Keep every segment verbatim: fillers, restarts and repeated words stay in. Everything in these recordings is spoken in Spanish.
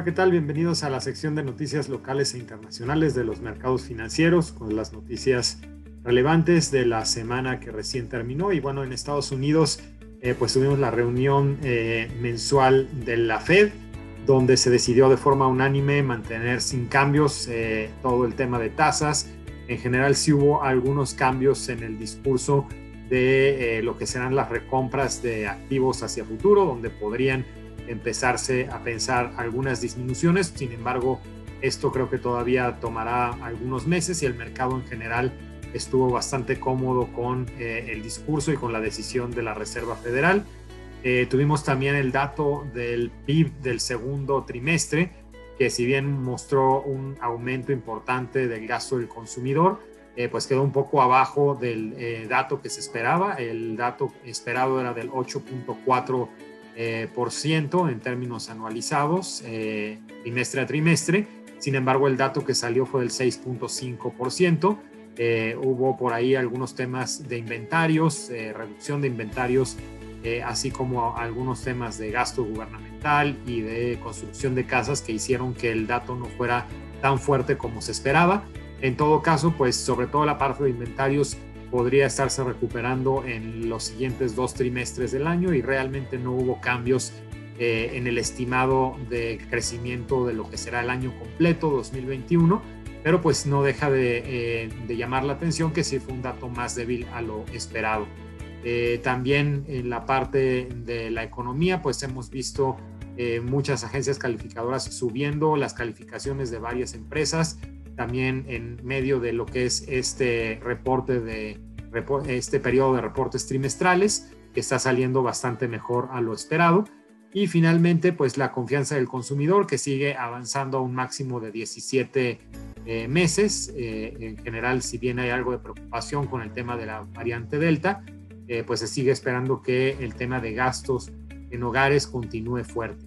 Hola, ¿qué tal? Bienvenidos a la sección de noticias locales e internacionales de los mercados financieros, con las noticias relevantes de la semana que recién terminó. Y bueno, en Estados Unidos, eh, pues tuvimos la reunión eh, mensual de la Fed, donde se decidió de forma unánime mantener sin cambios eh, todo el tema de tasas. En general sí hubo algunos cambios en el discurso de eh, lo que serán las recompras de activos hacia futuro, donde podrían empezarse a pensar algunas disminuciones. Sin embargo, esto creo que todavía tomará algunos meses y el mercado en general estuvo bastante cómodo con eh, el discurso y con la decisión de la Reserva Federal. Eh, tuvimos también el dato del P I B del segundo trimestre, que si bien mostró un aumento importante del gasto del consumidor, eh, pues quedó un poco abajo del eh, dato que se esperaba. El dato esperado era del ocho punto cuatro Eh, por ciento en términos anualizados, eh, trimestre a trimestre. Sin embargo, el dato que salió fue del seis punto cinco por ciento. Eh, hubo por ahí algunos temas de inventarios, eh, reducción de inventarios, eh, así como algunos temas de gasto gubernamental y de construcción de casas que hicieron que el dato no fuera tan fuerte como se esperaba. En todo caso, pues sobre todo la parte de inventarios podría estarse recuperando en los siguientes dos trimestres del año y realmente no hubo cambios eh, en el estimado de crecimiento de lo que será el año completo dos mil veintiuno, pero pues no deja de, eh, de llamar la atención que sí fue un dato más débil a lo esperado. Eh, también en la parte de la economía pues hemos visto eh, muchas agencias calificadoras subiendo las calificaciones de varias empresas, también en medio de lo que es este reporte de este periodo de reportes trimestrales, que está saliendo bastante mejor a lo esperado. Y finalmente, pues la confianza del consumidor, que sigue avanzando a un máximo de diecisiete eh, meses. Eh, en general, si bien hay algo de preocupación con el tema de la variante Delta, eh, pues se sigue esperando que el tema de gastos en hogares continúe fuerte.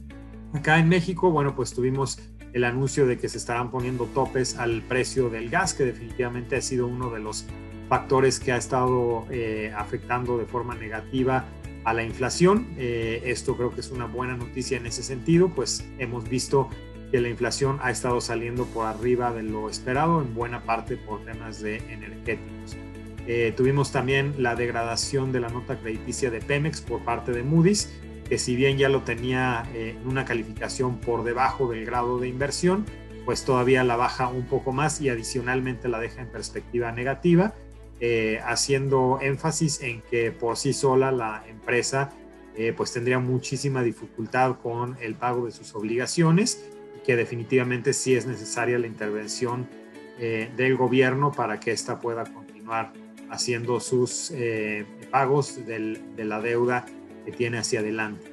Acá en México, bueno, pues tuvimos el anuncio de que se estarán poniendo topes al precio del gas, que definitivamente ha sido uno de los factores que ha estado eh, afectando de forma negativa a la inflación. Eh, esto creo que es una buena noticia en ese sentido, pues hemos visto que la inflación ha estado saliendo por arriba de lo esperado, en buena parte por temas de energéticos. Eh, tuvimos también la degradación de la nota crediticia de Pemex por parte de Moody's, que si bien ya lo tenía en eh, una calificación por debajo del grado de inversión, pues todavía la baja un poco más y adicionalmente la deja en perspectiva negativa, eh, haciendo énfasis en que por sí sola la empresa eh, pues tendría muchísima dificultad con el pago de sus obligaciones y que definitivamente sí es necesaria la intervención eh, del gobierno para que ésta pueda continuar haciendo sus eh, pagos del, de la deuda que tiene hacia adelante.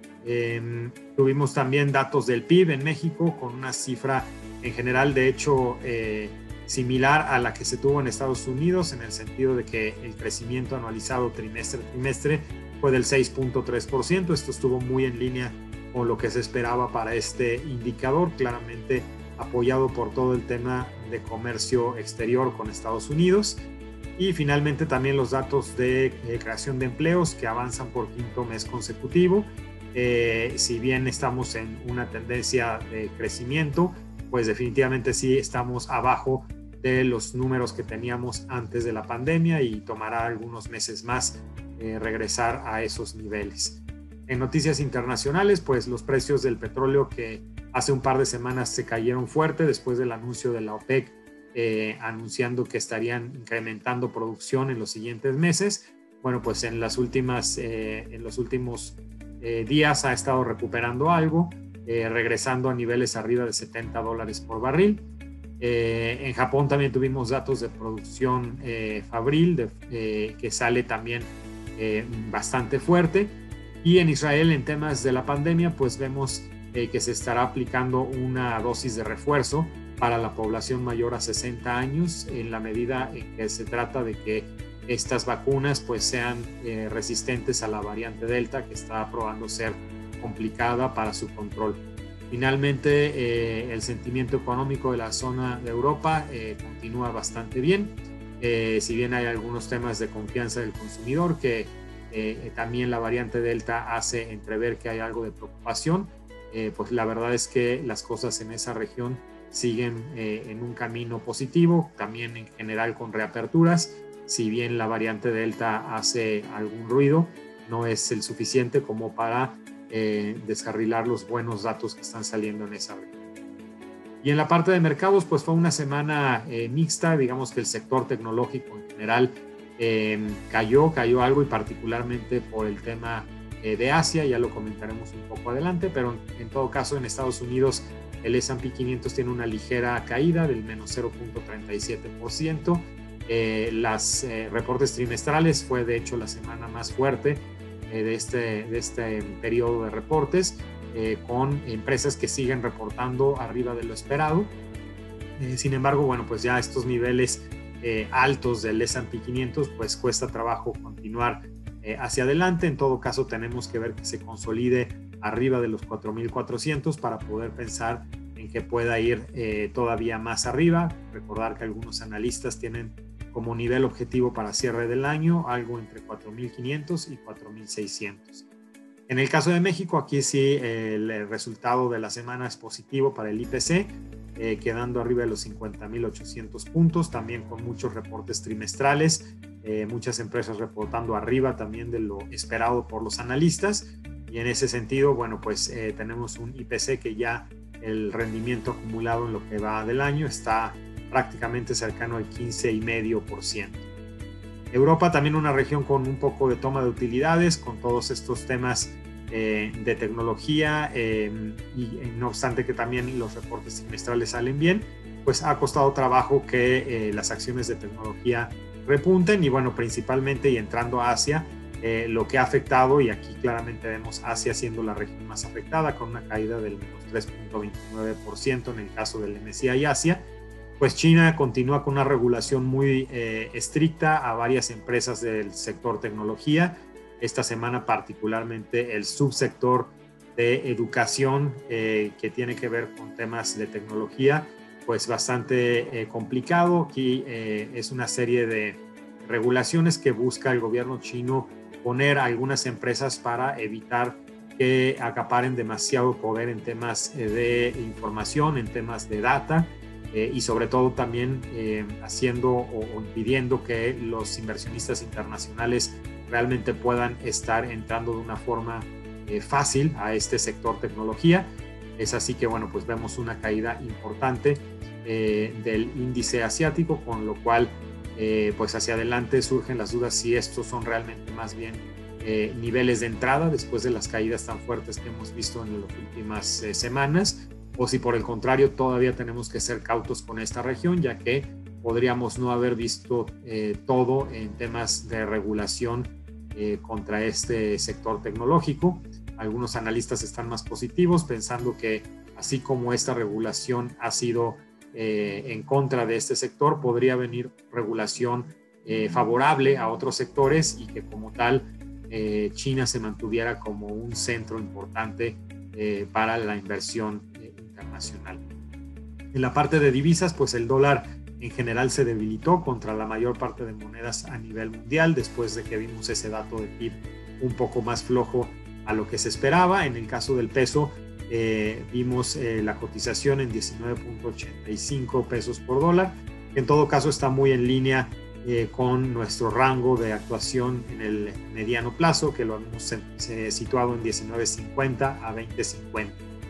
Eh, tuvimos también datos del P I B en México con una cifra en general, de hecho, eh, similar a la que se tuvo en Estados Unidos, en el sentido de que el crecimiento anualizado trimestre a trimestre fue del seis punto tres por ciento. Esto estuvo muy en línea con lo que se esperaba para este indicador, claramente apoyado por todo el tema de comercio exterior con Estados Unidos. Y finalmente también los datos de eh, creación de empleos que avanzan por quinto mes consecutivo. Eh, si bien estamos en una tendencia de crecimiento, pues definitivamente sí estamos abajo de los números que teníamos antes de la pandemia y tomará algunos meses más eh, regresar a esos niveles. En noticias internacionales, pues los precios del petróleo que hace un par de semanas se cayeron fuerte después del anuncio de la OPEC Eh, anunciando que estarían incrementando producción en los siguientes meses. Bueno, pues en las últimas, eh, en los últimos eh, días ha estado recuperando algo, eh, regresando a niveles arriba de setenta dólares por barril. Eh, en Japón también tuvimos datos de producción eh, fabril de, eh, que sale también eh, bastante fuerte. Y en Israel, en temas de la pandemia, pues vemos eh, que se estará aplicando una dosis de refuerzo para la población mayor a sesenta años, en la medida en que se trata de que estas vacunas pues sean eh, resistentes a la variante Delta, que está probando ser complicada para su control. Finalmente, eh, el sentimiento económico de la zona de Europa eh, continúa bastante bien, eh, si bien hay algunos temas de confianza del consumidor que eh, también la variante Delta hace entrever que hay algo de preocupación. eh, pues la verdad es que las cosas en esa región siguen eh, en un camino positivo, también en general con reaperturas. Si bien la variante Delta hace algún ruido, no es el suficiente como para eh, descarrilar los buenos datos que están saliendo en esa región. Y en la parte de mercados, pues fue una semana eh, mixta. Digamos que el sector tecnológico en general eh, cayó, cayó algo, y particularmente por el tema eh, de Asia, ya lo comentaremos un poco adelante, pero en, en todo caso en Estados Unidos el ese and pe quinientos tiene una ligera caída del menos cero punto treinta y siete por ciento. Eh, las eh, reportes trimestrales fue de hecho la semana más fuerte eh, de, este, de este periodo de reportes, eh, con empresas que siguen reportando arriba de lo esperado. Eh, sin embargo, bueno, pues ya estos niveles eh, altos del ese and pe quinientos, pues cuesta trabajo continuar eh, hacia adelante. En todo caso, tenemos que ver que se consolide arriba de los cuatro mil cuatrocientos para poder pensar en que pueda ir eh, todavía más arriba. Recordar que algunos analistas tienen como nivel objetivo para cierre del año algo entre cuatro mil quinientos y cuatro mil seiscientos. En el caso de México, aquí sí el resultado de la semana es positivo para el I P C, eh, quedando arriba de los cincuenta mil ochocientos puntos, también con muchos reportes trimestrales, eh, muchas empresas reportando arriba también de lo esperado por los analistas. Y en ese sentido, bueno, pues eh, tenemos un I P C que ya el rendimiento acumulado en lo que va del año está prácticamente cercano al quince coma cinco por ciento. Europa también una región con un poco de toma de utilidades, con todos estos temas eh, de tecnología, eh, y no obstante que también los reportes trimestrales salen bien, pues ha costado trabajo que eh, las acciones de tecnología repunten. Y bueno, principalmente y entrando a Asia, Eh, lo que ha afectado, y aquí claramente vemos Asia siendo la región más afectada con una caída del menos tres punto veintinueve por ciento en el caso del M S C I Asia, pues China continúa con una regulación muy eh, estricta a varias empresas del sector tecnología. Esta semana particularmente el subsector de educación eh, que tiene que ver con temas de tecnología, pues bastante eh, complicado. Aquí eh, es una serie de regulaciones que busca el gobierno chino poner a algunas empresas para evitar que acaparen demasiado poder en temas de información, en temas de data, eh, y sobre todo también eh, haciendo o, o impidiendo que los inversionistas internacionales realmente puedan estar entrando de una forma eh, fácil a este sector tecnología. Es así que, bueno, pues vemos una caída importante eh, del índice asiático, con lo cual Eh, pues hacia adelante surgen las dudas si estos son realmente más bien eh, niveles de entrada después de las caídas tan fuertes que hemos visto en las últimas eh, semanas, o si por el contrario todavía tenemos que ser cautos con esta región, ya que podríamos no haber visto eh, todo en temas de regulación eh, contra este sector tecnológico. Algunos analistas están más positivos, pensando que así como esta regulación ha sido Eh, en contra de este sector, podría venir regulación eh, favorable a otros sectores, y que como tal eh, China se mantuviera como un centro importante eh, para la inversión eh, internacional. En la parte de divisas, pues el dólar en general se debilitó contra la mayor parte de monedas a nivel mundial después de que vimos ese dato de P I B un poco más flojo a lo que se esperaba. En el caso del peso, Eh, vimos eh, la cotización en diecinueve punto ochenta y cinco pesos por dólar, que en todo caso está muy en línea eh, con nuestro rango de actuación en el mediano plazo, que lo hemos eh, situado en diecinueve cincuenta a veinte cincuenta.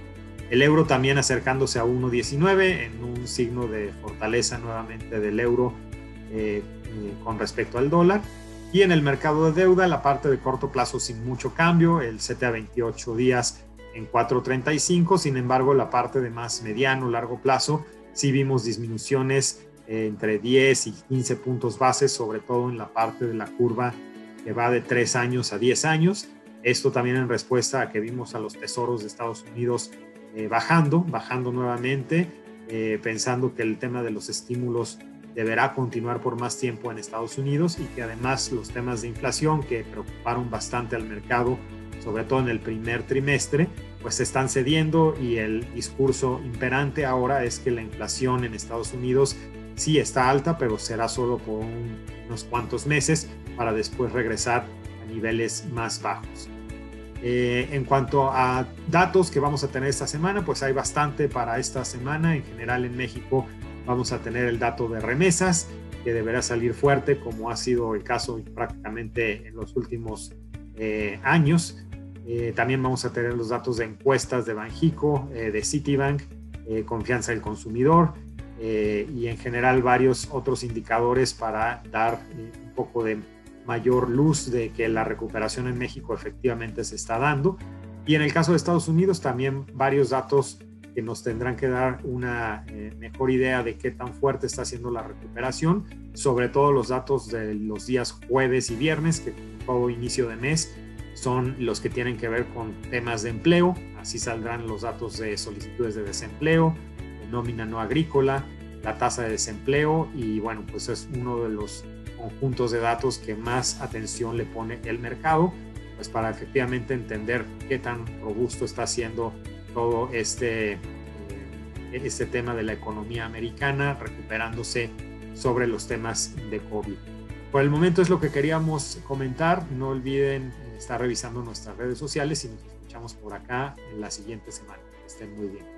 El euro también acercándose a uno diecinueve, en un signo de fortaleza nuevamente del euro eh, eh, con respecto al dólar. Y en el mercado de deuda, la parte de corto plazo sin mucho cambio, el Z T E a veintiocho días en cuatro treinta y cinco. Sin embargo, la parte de más mediano, largo plazo, sí vimos disminuciones eh, entre diez y quince puntos base, sobre todo en la parte de la curva que va de tres años a diez años. Esto también en respuesta a que vimos a los tesoros de Estados Unidos eh, bajando, bajando nuevamente, eh, pensando que el tema de los estímulos deberá continuar por más tiempo en Estados Unidos, y que además los temas de inflación que preocuparon bastante al mercado, sobre todo en el primer trimestre, pues se están cediendo, y el discurso imperante ahora es que la inflación en Estados Unidos sí está alta, pero será solo por un, unos cuantos meses para después regresar a niveles más bajos. Eh, en cuanto a datos que vamos a tener esta semana, pues hay bastante para esta semana. En general en México vamos a tener el dato de remesas, que deberá salir fuerte, como ha sido el caso prácticamente en los últimos eh, años. Eh, también vamos a tener los datos de encuestas de Banxico, eh, de Citibank, eh, confianza del consumidor eh, y en general varios otros indicadores para dar eh, un poco de mayor luz de que la recuperación en México efectivamente se está dando. Y en el caso de Estados Unidos también varios datos que nos tendrán que dar una eh, mejor idea de qué tan fuerte está siendo la recuperación, sobre todo los datos de los días jueves y viernes, que como todo inicio de mes son los que tienen que ver con temas de empleo. Así saldrán los datos de solicitudes de desempleo, de nómina no agrícola, la tasa de desempleo y bueno, pues es uno de los conjuntos de datos que más atención le pone el mercado, pues para efectivamente entender qué tan robusto está siendo todo este, eh, este tema de la economía americana recuperándose sobre los temas de COVID. Por el momento es lo que queríamos comentar. No olviden estar revisando nuestras redes sociales y nos escuchamos por acá en la siguiente semana. Que estén muy bien.